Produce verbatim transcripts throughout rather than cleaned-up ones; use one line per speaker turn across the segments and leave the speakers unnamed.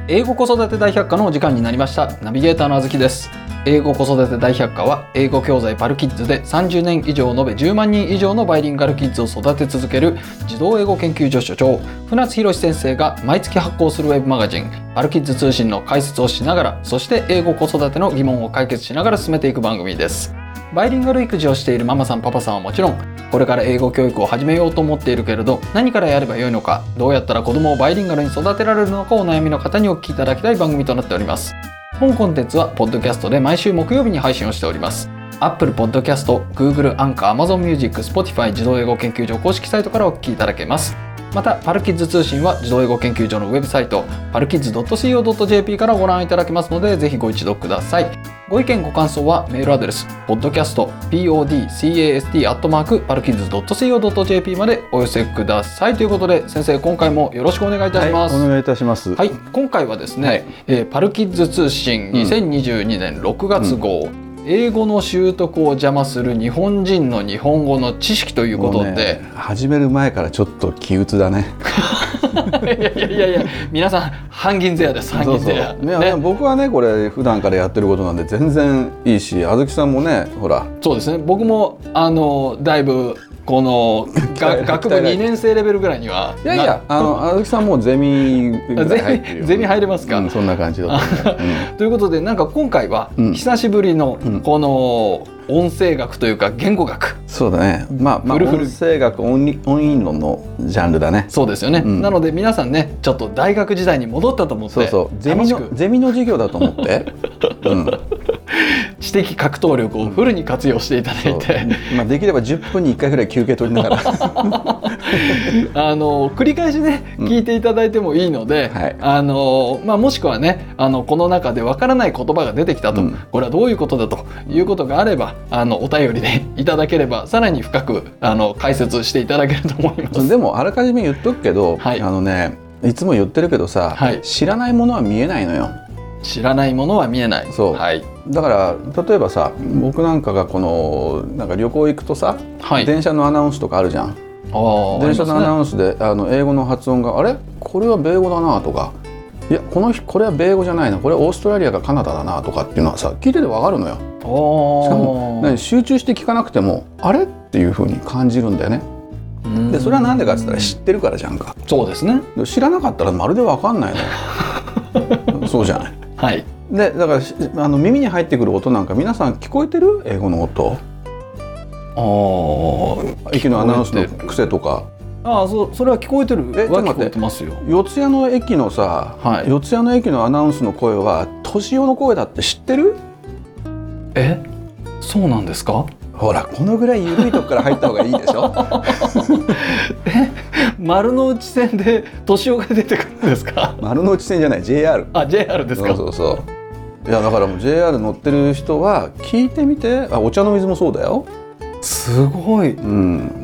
英語子育て大百科のお時間になりました。ナビゲーターのあずきです。英語子育て大百科は英語教材パルキッズでさんじゅうねん以上延べじゅうまんにん以上のバイリンガルキッズを育て続ける児童英語研究所所長船津博史先生が毎月発行するウェブマガジンパルキッズ通信の解説をしながら、そして英語子育ての疑問を解決しながら進めていく番組です。バイリンガル育児をしているママさんパパさんはもちろん、これから英語教育を始めようと思っているけれど何からやればよいのか、どうやったら子供をバイリンガルに育てられるのかお悩みの方にお聞きいただきたい番組となっております。本コンテンツはポッドキャストで毎週木曜日に配信をしております。 Apple Podcast、Google、Anchor、Amazon Music、Spotify 児童英語研究所公式サイトからお聞きいただけます。またパルキッズ通信は児童英語研究所のウェブサイトパルキッズ ドットシーオー ドット ジェーピー からご覧いただけますので、ぜひご一読ください。ご意見ご感想はメールアドレス ポッドキャスト ポッドキャスト アットマーク パルキッズ ドット シーオー ドット ジェーピー までお寄せください。ということで先生、今回もよろしくお願いいたします。
はい、お願いいたします。
はい、今回はですね、はいえー、パルキッズ通信にせんにじゅうにねんろくがつ号、うん、英語の習得を邪魔する日本人の日本語の知識ということで、ね、
始める前からちょっと気鬱だね
いやいやいやいや、皆さん半銀勢です。半銀勢や、
ねね、僕はねこれ普段からやってることなんで全然いいし、あずきさんもねほら
そうですね、僕もあのだいぶこの学部にねん生レベルぐらいにはい
やいや、あのあずきさんもゼミぐらい入ってるよ、
ゼミ入れますか、
うん、そんな感じだと思う、
うん、ということで、なんか今回は久しぶりのこの音声学というか言語学、
そうだね、まあ、まあ、音声学音韻論のジャンルだね。
そうですよね、うん、なので皆さんねちょっと大学時代に戻ったと思って、
そうそうゼミのゼミの授業だと思って、うん、
知的格闘力をフルに活用していただいて、
まあ、できればじゅっぷんにいっかいぐらい休憩取りながら
あの繰り返しね聞いていただいてもいいので、うんはいあのまあ、もしくはねあのこの中でわからない言葉が出てきたと、うん、これはどういうことだということがあればあのお便りでいただければさらに深くあの解説していただけると思います。
でもあらかじめ言っとくけど、はい、あのねいつも言ってるけどさ、はい、知らないものは見えないのよ。
知らないものは見えない。
そう、はい、だから例えばさ、僕なんかがこのなんか旅行行くとさ、はい、電車のアナウンスとかあるじゃん。あ電車のアナウンスであの英語の発音があれこれは米語だなとか、いやこのこれは米語じゃないな、これはオーストラリアかカナダだなとかっていうのはさ聞いててわかるのよ。しかも何集中して聞かなくてもあれっていう風に感じるんだよね。でそれはなんでかって言ったら知ってるからじゃんか。
そうですね。
知らなかったらまるでわかんないのよそうじゃない。
はい。
でだからあの耳に入ってくる音なんか皆さん聞こえてる？英語の音。ああ。駅のアナウンスの癖とか。
ああ そ, それは聞こえてる。えちょっと待って、ますよ。
四谷の駅のさ、はい、四谷の駅のアナウンスの声は年男の声だって知ってる？
えそうなんですか？
ほらこのぐらい緩いとこから入った方がいいでしょ
え丸の内線で年男が出てくるんですか？
丸の内線じゃない ジェイアール。
あ ジェイアール ですか？
そうそうそう。いやだからもう ジェイアール 乗ってる人は聞いてみて。あお茶の水もそうだよ。
すごい、
うん、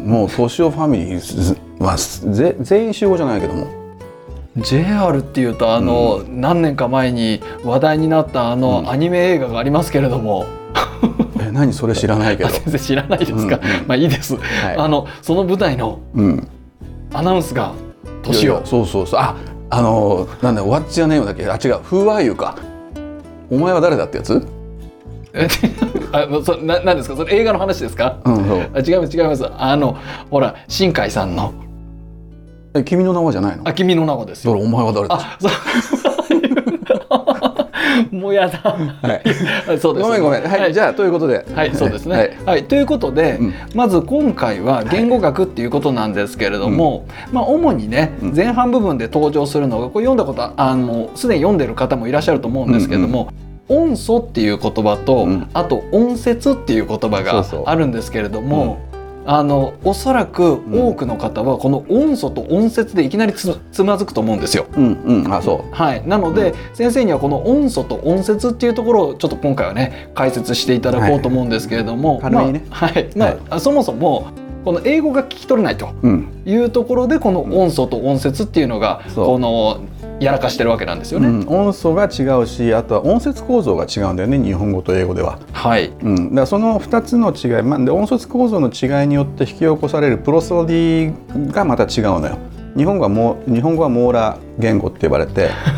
もう年男ファミリー、まあ、ぜ全員集合じゃないけども
ジェイアール っていうとあの、うん、何年か前に話題になったあの、うん、アニメ映画がありますけれども
え何それ知らないけど
先生知らないですか？うんうん、まあいいです、はい、あのその舞台のアナウンスが年男。
そうそうそう。ああのなんだ What's your name だっけ。あ違う Who are you か。お前は誰だってやつ
えあそな何ですかそれ？映画の話ですか？うん、そうあ違います違います。あのほら新海さんの
え君の名はじゃないの？
あ君の名はですよ。
お前は誰だ？
あそうもうやだ、はい、そうです。
ごめんごめん、はいはい、じゃあということで
はいそうですね、はいはい、ということで、うん、まず今回は言語学っていうことなんですけれども、はいまあ、主にね、うん、前半部分で登場するのがこれ読んだことあのすでに読んでる方もいらっしゃると思うんですけれども、うんうん、音素っていう言葉と、うん、あと音節っていう言葉があるんですけれども、そうそうあのおそらく多くの方はこの音素と音節でいきなり つ, つまずくと思うんですよ。
うんうん、あそう、
はい、なので、うん、先生にはこの音素と音節っていうところをちょっと今回はね解説していただこうと思うんですけれども、
はいまあね
はいまあはい、そもそもこの英語が聞き取れないというところで、この音素と音節っていうのがこのやらかしてるわけなんですよね、うん、
音素が違うし、あとは音節構造が違うんだよね、日本語と英語では。
はい、
うん、だからそのふたつの違い、まあ、で音節構造の違いによって引き起こされるプロソディがまた違うのよ。日本語はもう日本語は網羅言語って呼ばれて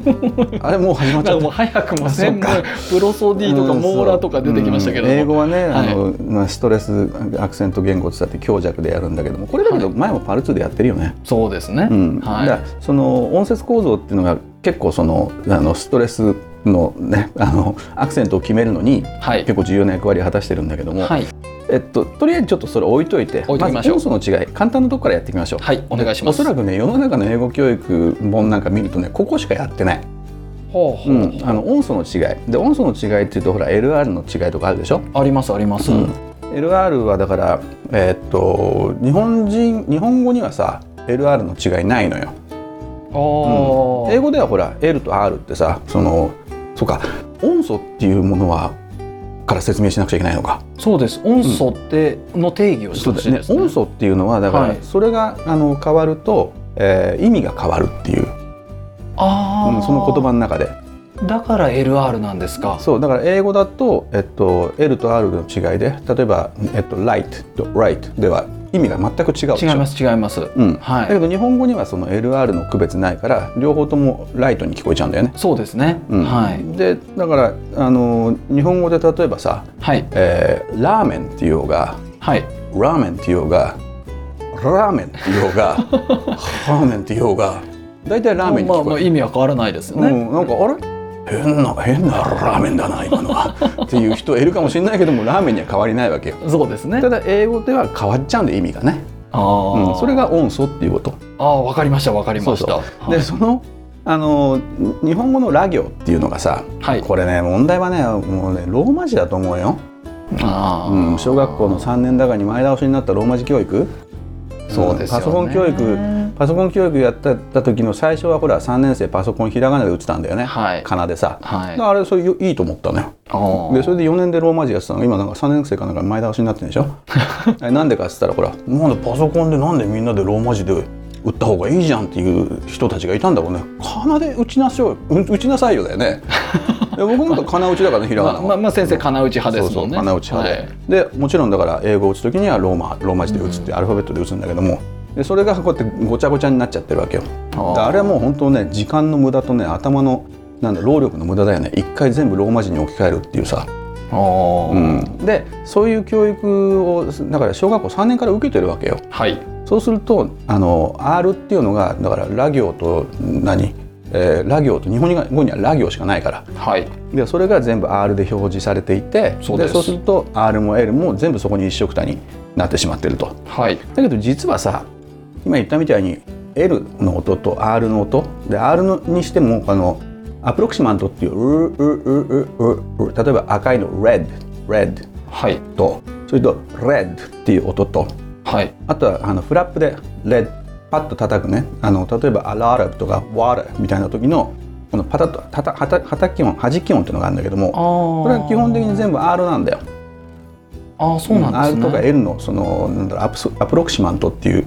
あれもう始まっちゃった。
もう早くも専門プロソディとかモーラとか出てきましたけども、
うん、英語はね、
はい、
あのまあ、ストレスアクセント言語って言って強弱でやるんだけども、これだけど前もパルツーでやってるよね、はい、
そうですね、
うん、はい、だその音節構造っていうのが結構そのあのストレスのねあのアクセントを決めるのに、はい、結構重要な役割を果たしてるんだけども、はい、えっと、とりあえずちょっとそれ置いといて、
置いときましょう。
まず音素の違い簡単なところからやっていきましょう。
はい、お願いします。
おそらくね世の中の英語教育本なんか見るとねここしかやってない。ほうほう、うん、あの音素の違いで音素の違いっていうとほら エルアール の違いとかあるでしょ。あ
りますあります、うん、
エルアール はだからえー、っと日本人日本語にはさ エルアール の違いないのよ。うん、英語ではほら L と R ってさそのそうか音素っていうものはから説明しなくちゃいけないのか。
そうです。音素っての定義をしてほしいですね。
音素っていうのはだからそれがあの変わると、えー、意味が変わるっていう、あ、うん、その言葉の中で。
だから エルアール なんですか。
そうだから英語だと、えっと、L と R の違いで例えば、えっと、light と right では意味が全く違うでしょ。
違います違います、
うんはい、だけど日本語にはその エルアール の区別ないから両方ともライトに聞こえちゃうんだよね。
そうですね、うんはい、
でだからあの日本語で例えばさ、はいえー、ラーメンって言おうが、はい、ラーメンって言おうがラーメンって言おうがラーメンって言おうが大体ラーメンに聞こえる、まあ、まあ
意味は変わらないですよね、
うん、なんかあれ変な変なラーメンだな今のはっていう人いるかもしれないけどもラーメンには変わりないわけよ。
そうですね。
ただ英語では変わっちゃうんで意味がね。あ、うん、それが音素っていうこと。
ああ、わかりましたわかりました。そうそう、
でそのあの日本語のラ行っていうのがさ、はい、これね問題はねもうねローマ字だと思うよ。あ、うん、小学校のさんねんだかに前倒しになったローマ字教育。そうですよね、パソコン教育パソコン教育やってた時の最初はほらさんねん生パソコンひらがなで打ってたんだよね、はい、かなでさ、はい、あれそれいいと思ったのよ。でそれでよねんでローマ字やってたのが今なんかさんねん生かなんか前倒しになってるでしょなんでかっつったらほらなんでパソコンでなんでみんなでローマ字で打った方がいいじゃんっていう人たちがいたんだろうね。かなで打ちなさいよ打ちなさいよだよねで僕もかな打ちだからねひらがなは、まあまあ、
先生かな打ち派ですもんね。
そうそうかな打ち派で、はい、でもちろんだから英語を打つ時にはローマローマ字で打つって、うん、アルファベットで打つんだけどもでそれがこうやってごちゃごちゃになっちゃってるわけよ。あ, あれはもう本当ね時間の無駄とね頭のなんだ労力の無駄だよね。一回全部ローマ字に置き換えるっていうさ。あ、うん、でそういう教育をだから小学校さんねんから受けてるわけよ。はい、そうするとあの R っていうのがだからラ行と何、えー、ラ行と日本語にはラ行しかないから、はい、でそれが全部 R で表示されていてそうです。でそうすると R も L も全部そこに一緒くたになってしまってると。はい、だけど実はさ今言ったみたいに L の音と R の音で R のにしてもあのアプロキシマントっていうううううう例えば赤いの red red とそれと red っていう音と、はい、あとはあのフラップで red パッと叩くねあの例えば a lot of とか water みたいな時のこのパタッとはたはたはたき音弾き音っていうのがあるんだけどもこれは基本的に全部 R なんだよ。ああそうなんですね。 R とか L のそのなんだろうアプアプロキシマントっていう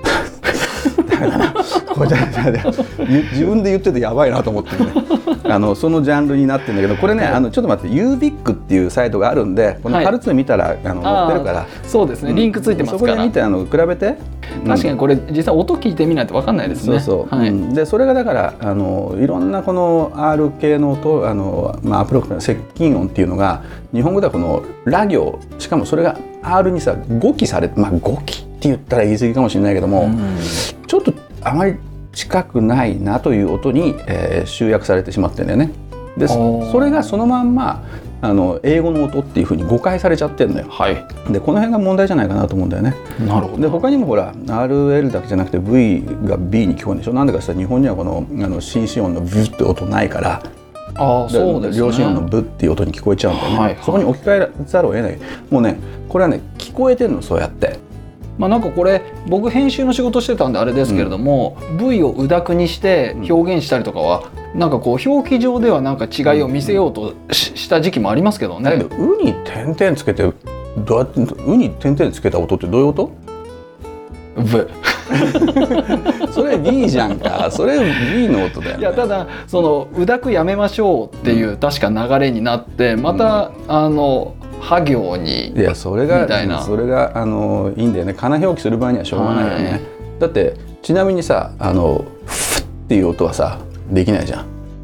これ自分で言っててやばいなと思ってねあのそのジャンルになってるんだけどこれねあのちょっと待って ユービック っていうサイトがあるんでこのパルツ見たら、はい、あの載ってるから
そうですねリンクついてますから、
うん、そこで見てあの比べて
確かにこれ実際音聞いてみないと分かんないですね。
そうそう、はい、うん、でそれがだからあのいろんなこの R 系の音あの、まあ、アプロク接近音っていうのが日本語ではこのラ行しかもそれが R にさ語気されてまあ語気って言ったら言い過ぎかもしれないけども、うん、ちょっとあまり近くないなという音に、えー、集約されてしまってるんだよね。でそれがそのまんまあの英語の音っていうふうに誤解されちゃってるのよ。はい、でこの辺が問題じゃないかなと思うんだよね。なるほど。で他にもほら アールエル だけじゃなくて V が B に聞こえるでしょ。なんでかって言ったら日本にはこのあの心子音の V って音ないからあそうですね、両心音の V っていう音に聞こえちゃうんだよね。はいはい、そこに置き換えざるを得ない。もうねこれはね聞こえてるのそうやって。
まあ、なんかこれ僕編集の仕事してたんであれですけれども、うん、V をうだくにして表現したりとかは、うん、なんかこう表記上ではなんか違いを見せようと し,、うん、した時期もありますけどね。
だけどうに点々つけてどうやってうに点々つけた音ってどういう音？
V
それ B じゃんか。それ B の音だよね。
いやただそのうだくやめましょうっていう、うん、確か流れになってまた、うん、あのは行に
いやそれがみたいなそれがあのいいんだよね。かな表記する場合にはしょうがないよね。はい、だってちなみにさあのフッっていう音はさできないじゃん。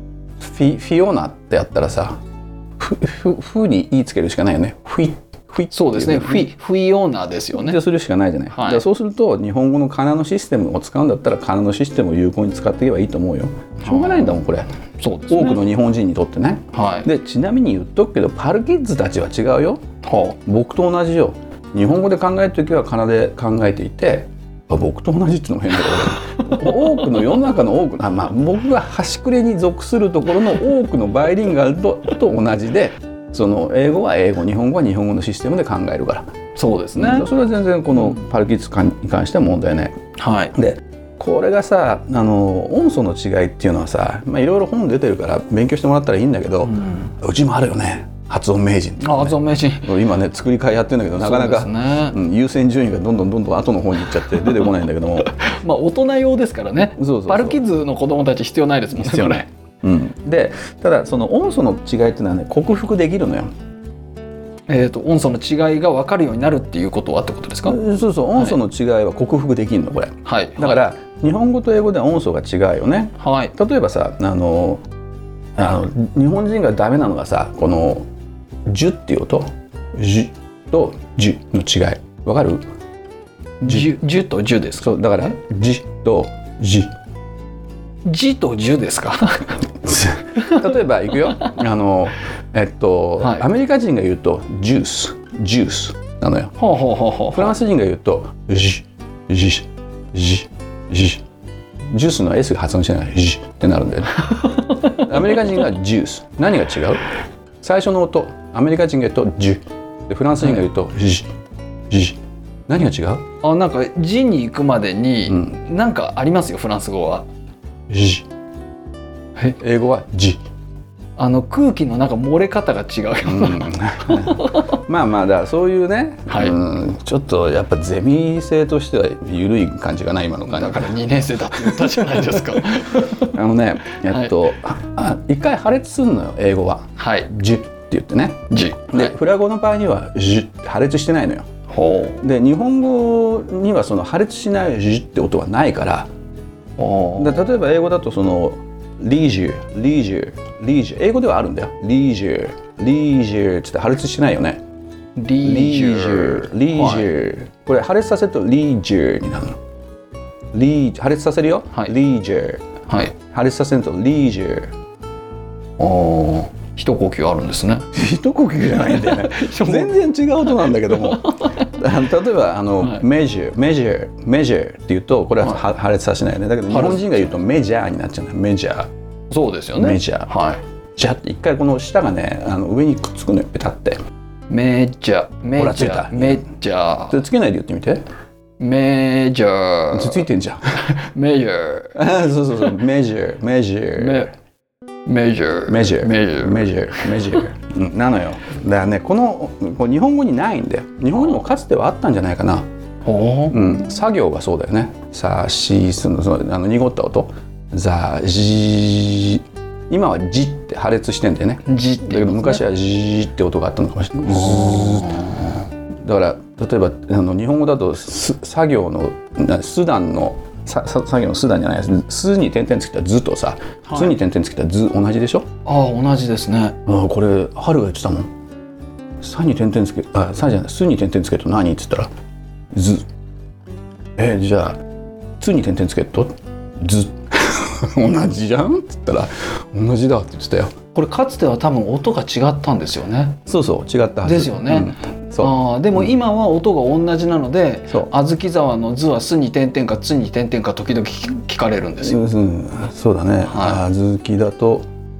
フィ、フィオナってやったらさフ、フ、フに言いつけるしかないよね。フィフィ
そうですね。フィフィオナですよね。
でするしかないじゃない。はい、だからそうすると日本語の仮名のシステムを使うんだったら仮名のシステムを有効に使っていけばいいと思うよ。しょうがないんだもんこれ。
そうですね。
多くの日本人にとってね。はい、でちなみに言っとくけどパルキッズたちは違うよ。はあ、僕と同じよ。日本語で考えるときは仮名で考えていて、あ僕と同じっていうのも変だけど多くの世の中の多くのあ、まあ、僕が端くれに属するところの多くのバイリンガルとと同じで。その英語は英語、日本語は日本語のシステムで考えるから。
そうですね。
それは全然このパルキッズに関しては問題ない。はい。で、これがさ、あの音素の違いっていうのはさ、まあいろいろ本出てるから勉強してもらったらいいんだけど、うん、うちもあるよね。発音名人、ね。あ、
発音名人。
今ね作り替えやってるんだけどなかなか、ねうん、優先順位がどんどんどんどん後の方に行っちゃって出てこないんだけども。
まあ大人用ですからね。そうそうそう。パルキッズの子供たち必要ないですもんね。必要ない。
うん。で、ただその音素の違いっていうのはね克服できるのよ。
えー、と音素の違いが分かるようになるっていうことはってことですか？
そうそう音素の違いは克服できるのこれ、はい、だから、はい、日本語と英語では音素が違うよね、はい、例えばさあのあの日本人がダメなのがさこの「じゅ」っていう音「じ」と「じ」の違い分かる？
じゅとじゅですか？
そうだから「じ」と「じ」
じとじゅですか？
例えばいくよあのえっと、はい、アメリカ人が言うとジュースジュースなのよ。ほうほうほうほう。フランス人が言うとジジジジジジュースの S が発音しないからジってなるんだよね。アメリカ人がジュース何が違う？最初の音アメリカ人が言うとジュでフランス人が言うとジジ何が違う？
あなんかジに行くまでに、うん、なんかありますよフランス語は。
ジ英語はジ。
あの空気のなんか漏れ方が違うよ、うん、
まあまあだからそういうね、はいうん、ちょっとやっぱゼミ生としては緩い感じがない今の感じ
だからにねん生だって言ったじゃないですか。
あのねえっと、はい、あ一回破裂するのよ英語は、はい、ジって言ってねジで、はい、フラ語の場合にはジって破裂してないのよ。ほうで日本語にはその破裂しないジって音はないからで例えば英語だとそのリージュー、リージュー、リージュー英語ではあるんだよ。リージュー、リージューって破裂してないよね。リージュー、リージューこれ破裂させるとリージューになるの。リー破裂させるよ、はい、リージュー、はい、破裂させるとリージュー。
おー一呼吸あるんですね。
一呼吸じゃないんだよね。全然違う音なんだけども例えばあの、はい、メジューメジューメジューって言うとこれは、はい、破裂させないよね。だけど日本人が言うとメジャーになっちゃうんだよ。メジャー
そうですよね。
メジャーはいじゃって一回この下がねあの上にくっつくのよペタって
メジャーメジャーメジャー
つけないで言ってみて。
メジャー
ついてんじゃん。
メジャー
そうそうそうメジャーメジャー
メジャー
メジャーメジャーメジャーメジャーなのよ。だからねこのこう日本語にないんだよ。日本語にもかつてはあったんじゃないかな。うん、作業がそうだよね。さしすのそのあの濁った音ザジ今はジって破裂してんだよね。ジってだけど昔はジって音があったのかもしれない。だから例えばあの日本語だと作業の手段のさ作業の「す」だんじゃないです。「す」に点々つけたら「ず」とさ「つ」に点々つけたら「ず」同じでしょ。
ああ同じですね。
あこれ春が言ってたもん。さに点々つけあさじゃないすに点々つけると何っつったら「ず」えじゃあ「つ」に点々つけると「ず」同じじゃんっつったら同じだって言ってたよ。
これかつては多分音が違ったんですよね。
そうそう違ったはず
ですよね、うん、そうあでも今は音が同じなので小豆沢の「ず」は「す」に点々か「つ」に点々か時々聞かれるんですよ、うんうん、
そうだね、はい、小豆だと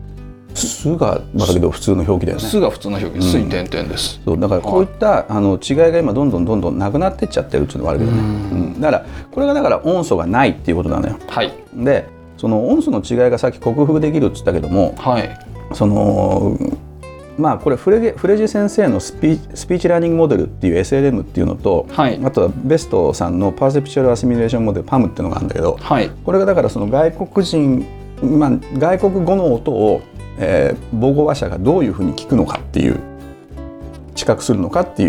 「す」がだけど普通の表記だよね。
すが普通の表記、すに点々です。
そうだからこういった、はい、あの違いが今どんどんどんどんなくなってっちゃってるっていうのがあるけどね、うん、だからこれがだから音素がないっていうことなのよ。はい、でその音素の違いがさっき克服できるって言ったけども、はい、そのまあこれフレゲ、フレジ先生のスピ、スピーチラーニングモデルっていう エスエルエム っていうのと、はい、あとはベストさんのパーセプチュアルアシミュレーションモデル パム っていうのがあるんだけど、はい、これがだからその外国人、まあ、外国語の音を、えー、母語話者がどういうふうに聞くのかっていう知覚するのかっていう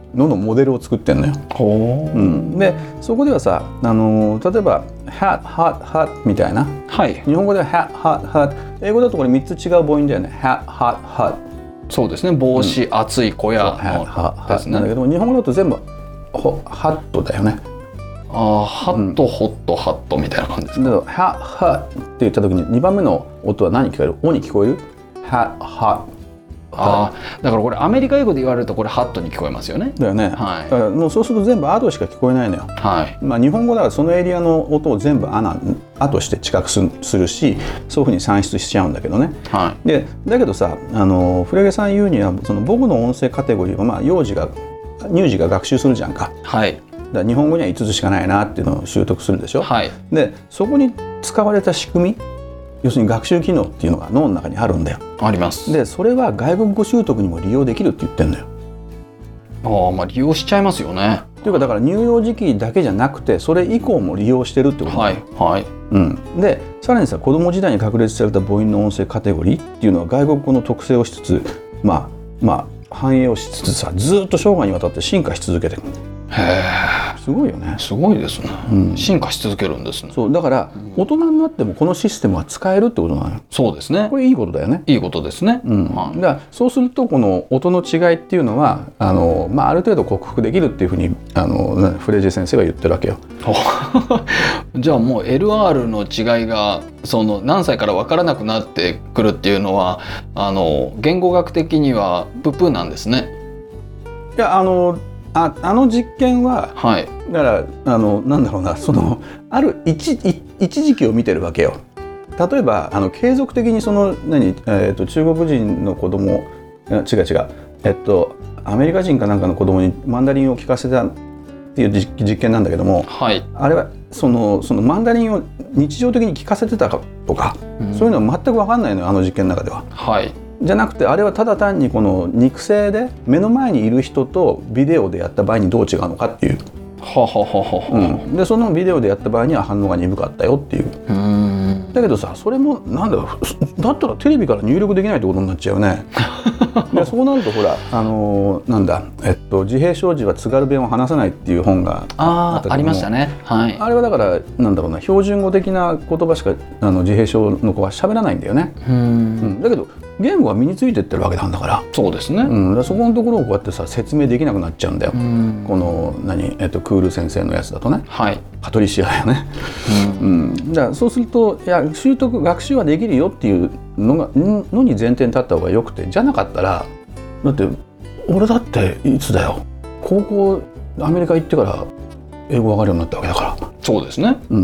ののモデルを作ってんのよ。うん、でそこではさ、あの例えば hat, hot, hot みたいな、
はい、
日本語では hat, hot, hot、英語だとこれみっつ違う母音だよね。hat, hot, hot。
そうですね、帽子、うん、暑い小屋
のですね。なんだけども日本語だと全部ハットだよね。
ああ、ハット、うん、ホット、ハットみたいな感じですか。
だからハッハッって言った時ににばんめの音は何聞こえる？おに聞こえる？ハッハッ。
ああ、だからこれアメリカ英語で言われるとこれハットに聞こえますよね。
だよね。はい。だからもうそうすると全部アドしか聞こえないのよ。
はい。
まあ日本語だからそのエリアの音を全部アナアとして知覚するし、そういうふうに算出しちゃうんだけどね。
はい。
でだけどさ、あのフレゲさん言うにはその母語の音声カテゴリーはまあ幼児が乳児が学習するじゃんか。
はい。
だから日本語にはいつつしかないなっていうのを習得するでしょ。
はい。
でそこに使われた仕組み、要するに学習機能っていうのが脳の中にあるんだよ。
あります。
でそれは外国語習得にも利用できるって言ってんのよ。
ああ、まあ利用しちゃいますよね。
というかだから乳幼児期だけじゃなくてそれ以降も利用してるってことだよ。
はいはい。
うん、でさらにさ、子供時代に確立された母音の音声カテゴリーっていうのは外国語の特性をしつつ、まあまあ反映をしつつさ、ずっと生涯にわたって進化し続けてる。
へえ、
すごいよね。
すごいですね、うん、進化し続けるんですね。
そうだから大人になってもこのシステムは使えるってことなのよ。
そうですね。
これいいことだよね。
いいことですね、
うんはい、だからそうするとこの音の違いっていうのはあの、まあ、ある程度克服できるっていうふうにあのフレジェ先生は言ってるわけよ。
じゃあもう エルアール の違いがその何歳から分からなくなってくるっていうのはあの言語学的にはププなんですね。
いやあのあ, あの実験は、
はい、
だからあのなんだろうな、そのある 一, 一時期を見てるわけよ。例えばあの継続的にその何、えー、と中国人の子供違う違う、えっと、アメリカ人かなんかの子供にマンダリンを聞かせたっていう実, 実験なんだけども、
はい、
あれはそのそのマンダリンを日常的に聞かせてたかとか、うん、そういうのは全く分かんないのよ、あの実験の中では。
はい
じゃなくてあれはただ単にこの肉声で目の前にいる人とビデオでやった場合にどう違うのかっていう。
はははは、
うん、でそのビデオでやった場合には反応が鈍かったよっていう。うーんだけどさ、それもなんだろう、だったらテレビから入力できないってことになっちゃうね。でそうなるとほらあのー、なんだ、えっと、自閉症児は津軽弁を話さないっていう本があったけども
あ, ありましたね、はい、
あれはだからなんだろうな、標準語的な言葉しかあの自閉症の子は喋らないんだよね。うん、うん、だけど言語は身についてってるわけなんだから。
そうですね、
うん、だそこのところをこうやってさ説明できなくなっちゃうんだよ。うんこの何、えっと、クール先生のやつだとね、
はい、
パトリシアだよね。うんうん、だからそうするといや習得学習はできるよっていうのがのに前提に立った方がよくて、じゃなかったらだって俺だっていつだよ、高校アメリカ行ってから英語わかるようになったわけだから。
そうですね、うん、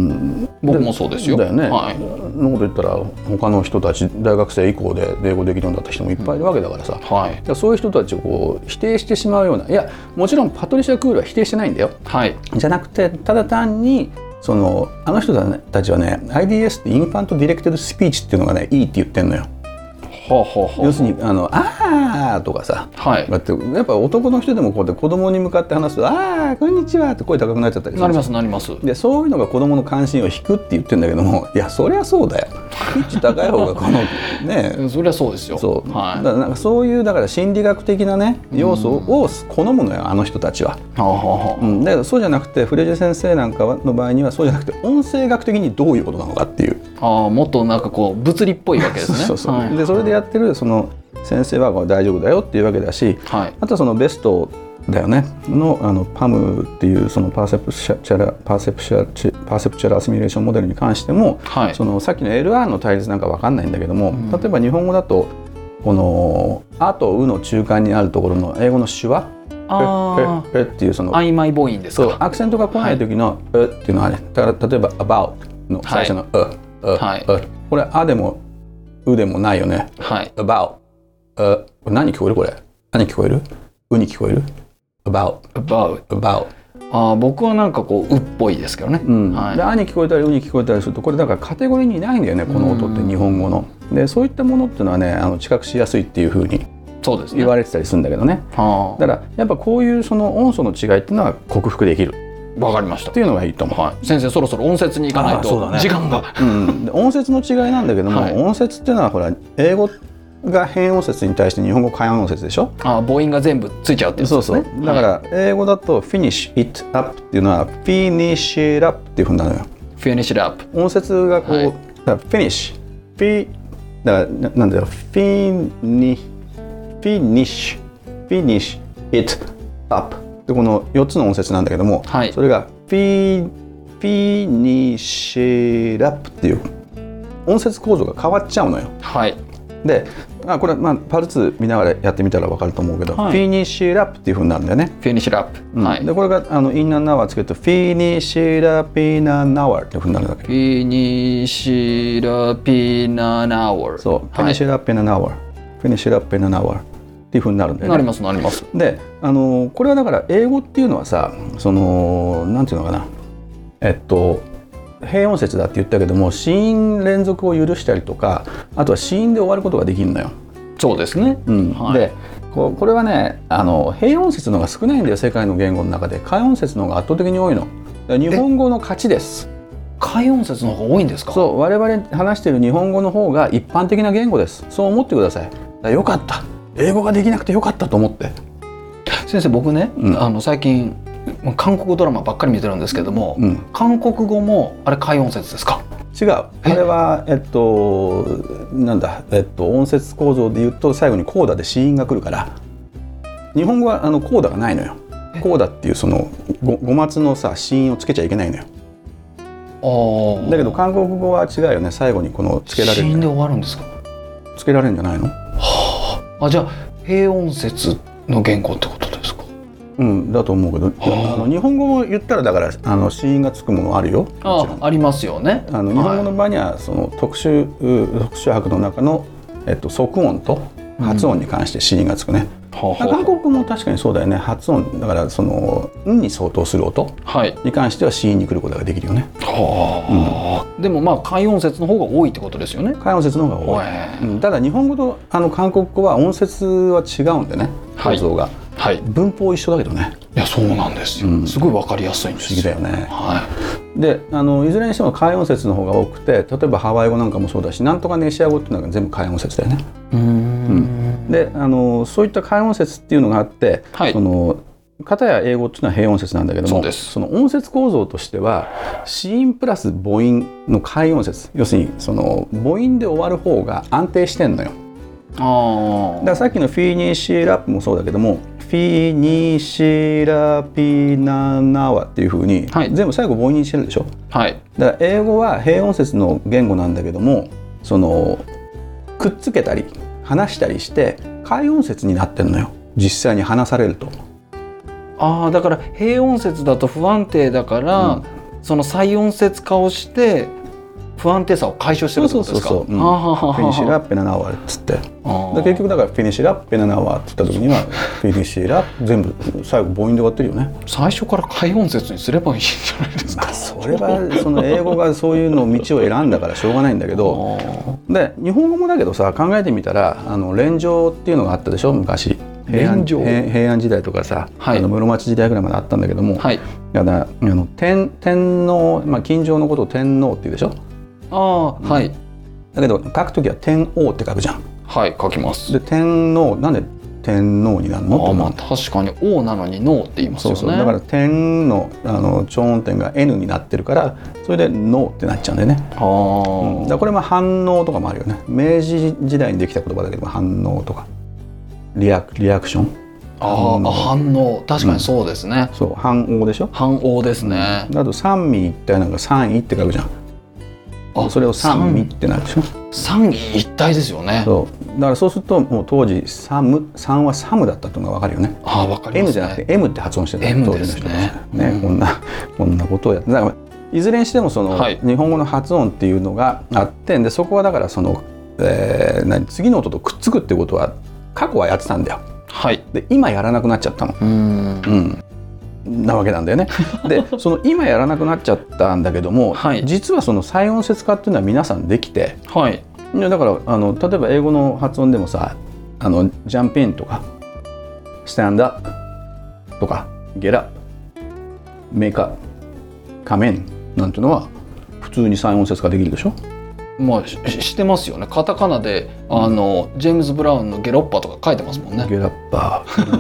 僕もそうですよ。
だよね、
はい、
のこと言ったら他の人たち大学生以降で英語できるようになった人もいっぱいいるわけだからさ、
うんはい、
だそういう人たちをこう否定してしまうような、いやもちろんパトリシア・クールは否定してないんだよ、はい、じゃなくてただ単にそのあの人たちはね アイディーエス ってインファント・ディレクテッド・スピーチっていうのがねいいって言ってんのよ。
はあはあ、
要するにあのあーとかさ、はい、だってやっぱ男の人でもこうやって子供に向かって話すとあーこんにちはって声高くなっちゃったりする。
なりますなります。
でそういうのが子供の関心を引くって言ってんだけども、いやそりゃそうだよ、ピッチ高い方がこのね
そりゃそうですよ。
そう、はい、だからなんかそういうだから心理学的なね要素を好むのよあの人たちは。はあはあ、うん、だけどそうじゃなくてフレジェ先生なんかの場合にはそうじゃなくて音声学的にどういうことなのかっていう。
ああもっとなんかこう物理っぽいわけですね。
そうそう、
はい、
でそれでやってるその先生は大丈夫だよっていうわけだし、はい、あとはそのベストだよね の, あの パム っていうそのパーセプチャラパーセプチャラパーセプチャラアシミュレーションモデルに関しても、はい、そのさっきの エルアール の対立なんか分かんないんだけども、うん、例えば日本語だとこの「あ」と「う」の中間にあるところの英語の手話
あ
ええっていうその
曖昧母音ですか。
そうアクセントが来ない時の「え、はい」っていうのはね、だから例えば「about」の最初の「う」はい、これ「あ」でも「う」でもないよね。はい、about Uh, 何聞こえるこれ何聞こえるうに聞こえる about
about
about
あ僕はなんかこううっぽいですけどね、
うんはい、であに聞こえたりうに聞こえたりするとこれだからカテゴリーにないんだよねこの音って日本語の。でそういったものっていうのはねあの知覚しやすいっていうふうに言われてたりするんだけどね。はだからやっぱこういうその音素の違いっていうのは克服できる。
わかりました
っていうのがいいと思う、はい、
先生そろそろ音節に行かないと時間が、
うん、音節の違いなんだけども、はい、音節っていうのはほら英語が変音節に対して日本語慣用音節でしょ。
あ、母音が全部ついちゃうってやつですね。
そうそう。だから英語だと finish it up っていうのは finish it up っていうふうになるのよ。
finish it up。
音節がこう、はい、だから finish、フだからななんだよ、finish、finish、finish it up でこのよっつの音節なんだけども、はい、それが finish it up っていう音節構造が変わっちゃうのよ。
はい。
で、あこれ、まあ、パルツ見ながらやってみたら分かると思うけど、はい、フィニッシュラップっていう風になるんだよね。
フィニッシュラップ、
うん、はい。でこれがあのインナーナワーつけるとフィニッシュラピナナワーっていう風になるわけ。
フィニッシュラピナナワー。
そう、はい、フィニッシュラピナナワー、フィニッシュラピナナワーっていう風になるんだよね。
なりますなります。
で、あのこれはだから英語っていうのはさ、そのなんていうのかな、えっと変音節だって言ったけども、子音連続を許したりとか、あとは子音で終わることができるのよ。
そうですね、
うんはい、で こ, これはね、あの変音節の方が少ないんだよ、世界の言語の中で。慣音節の方が圧倒的に多いの。日本語の勝ちです。
慣音節の方が多いんですか？
そう、我々話している日本語の方が一般的な言語です。そう思ってください。だよかった、英語ができなくてよかったと思って。
先生、僕ね、うん、あの最近韓国ドラマばっかり見てるんですけども、うん、韓国語もあれ慣音節ですか？
違う。あれはえっとなんだ、えっと音節構造で言うと最後にコーダで子音が来るから、日本語はあのコーダがないのよ。コーダっていうその語末のさ子音をつけちゃいけないのよ。あだけど韓国語は違うよね。最後にこのつけられる。
子音で終わるんですか？
つけられるんじゃないの？
はあ、あじゃあ平音節の言語ってことですか？
うん、だと思うけど、あの日本語を言ったらだからあの子音がつくものあるよ。
あありますよね。
あの日本語の場合にはその特殊特殊拍の中の、えっと、即音と発音に関して子音がつくね。うん、韓国語も確かにそうだよね。発音だからその「ん」に相当する音に関しては子音に来ることができるよね。
はあ、うん、でもまあ慣音節の方が多いってことですよね。
慣音節の方が多い。うん、ただ日本語とあの韓国語は音節は違うんでね、構造が。はいはい、文法一緒だけどね。
いやそうなんですよ、うん、すごい分かりやすいんですよ。
不思議だよね。はい、であのいずれにしても慣音節の方が多くて、例えばハワイ語なんかもそうだし、なんとかネシア語っていうのが全部慣音節だよね。うん、うん、であのそういった慣音節っていうのがあって、はい、その片や英語っていうのは平音節なんだけども、 そ, その音節構造としては子音プラス母音の慣音節、要するにその母音で終わる方が安定してんのよ。あだからさっきのフィニッシュラップもそうだけども、フィニシラピナナワっていう風に、はい、全部最後母音にしてるでしょ。はい、だから英語は平音節の言語なんだけども、そのくっつけたり離したりして慣音節になってるのよ、実際に話されると。
ああ、だから平音節だと不安定だから、うん、その再音節化をして不安定さを解消してるってことですか？そうそうそう、うん、
フィニッシュラッペナナワーっつって、で結局だからフィニッシュラッペナナワーって言った時にはフィニッシュラッ全部最後母音で終わってるよね。
最初から慣音節にすればいいんじゃないですか？
まあ、それはその英語がそういうの道を選んだからしょうがないんだけどで日本語もだけどさ、考えてみたらあの連城っていうのがあったでしょ、昔。平安, 平安時代とかさ、はい、あの室町時代ぐらいまであったんだけども、はい、だからあの 天, 天皇、まあ、近所のことを天皇って言うでしょ。ああ、うん、はい。だけど書くときは天王って書くじゃん。
はい、書きます。
で天皇、なんで天皇になるの？
あ、まあ確かに王なのに能って言いますよね。
そうそう、だから天のあの長音点が N になってるから、それで能ってなっちゃうんだよね。あ、うん、だからこれも反応とかもあるよね。明治時代にできた言葉だけど反応とかリア、リアクション。
ああ、反応、確かにそうですね。
うん、そう、反応でしょ。
反応ですね。
だと三位一体なんか三位って書くじゃん。あ、それを三位ってなるでしょ。
三位一体ですよね。
そう、だからそうするともう当時サム、三はサムだったっていうのが分かるよね。
ああ、分かりますね。
M じゃなくて M って発音してた。
M ですね。
ね、うん、こんなこんなことをやって、だからいずれにしてもその、はい、日本語の発音っていうのがあって、でそこはだからその、えー、何次の音とくっつくってことは過去はやってたんだよ。はい。で今やらなくなっちゃったの。うん。うん。なわけなんだよね。でその今やらなくなっちゃったんだけども、はい、実はその再音節化っていうのは皆さんできて、はい、だからあの例えば英語の発音でもさ、あのジャンプインとかスタンドアップとかゲラップメイクアップカメンなんていうのは普通に再音節化できるでしょ。
まあ し, してますよね。カタカナであのジェームズ・ブラウンのゲロッパとか書いてますもんね。
ゲラッパ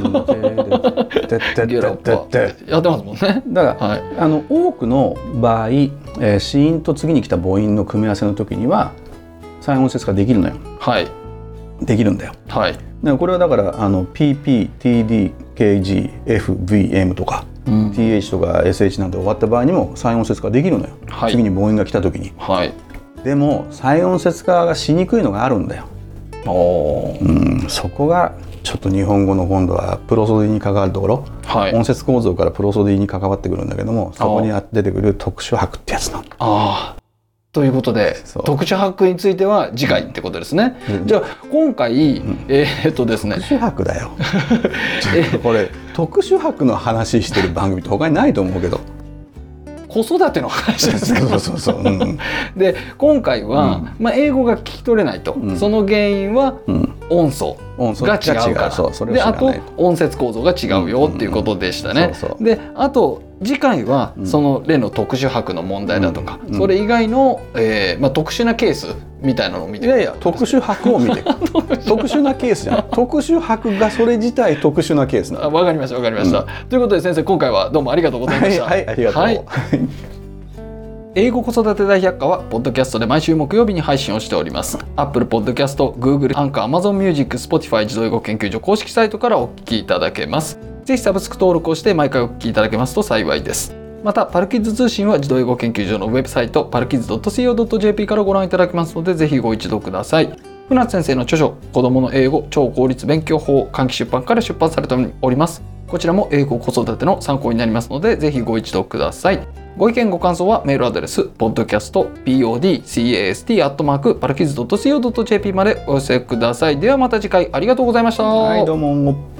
ゲロッパやってますもんね。
だから、はい、あの多くの場合、えー、子音と次に来た母音の組み合わせの時には再音節化できるのよ。
はい。
できるんだよ。
はい。
だからこれはだからあの ピーピー、ティーディー、ケージー、エフ、ブイ、エム とか、うん、ティーエイチ とか エスエイチ なんて終わった場合にも再音節化できるのよ。はい、次に母音が来た時に。はい。でも再音節化がしにくいのがあるんだよ。おー、うん、そこがちょっと日本語の今度はプロソディに関わるところ、はい、音節構造からプロソディに関わってくるんだけども、そこに出てくる特殊拍ってやつなの。あ
あ。ということで特殊拍については次回ってことですね。うん、じゃあ今回、うん、えー、っとですね
特殊拍だよこれ特殊拍の話してる番組って他にないと思うけど
子育ての話ですね。そうそうそう、うん、で今回は、うんまあ、英語が聞き取れないと、うん、その原因は音素が違うから、うん、であと音節構造が違うよっていうことでしたね。であと次回はその例の特殊拍の問題だとか、うん、それ以外の、えーまあ、特殊なケースみたいなのを見てい
やいや特殊拍を見て特殊なケースじゃない特殊拍がそれ自体特殊なケースなの。
わかりましたわかりました、うん、ということで先生今回はどうもありがとうございました。
はい、はい、ありがとう、はい、
英語子育て大百科はポッドキャストで毎週木曜日に配信をしております。 Apple Podcast、Google、Anchor、Amazon Music、Spotify 児童英語研究所公式サイトからお聞きいただけます。ぜひサブスク登録をして毎回お聞きいただけますと幸いです。またパルキッズ通信は児童英語研究所のウェブサイトパルキッズ ドットシーオー ドット ジェーピー からご覧いただけますのでぜひご一読ください。船津先生の著書子どもの英語超効率勉強法換気出版から出版されております。こちらも英語子育ての参考になりますのでぜひご一読ください。ご意見ご感想はメールアドレス ポッドキャスト ピーオーディーキャスト アットマーク パルキッズ ドットシーオー ドット ジェーピー までお寄せください。ではまた次回ありがとうございました。
はい、どうも。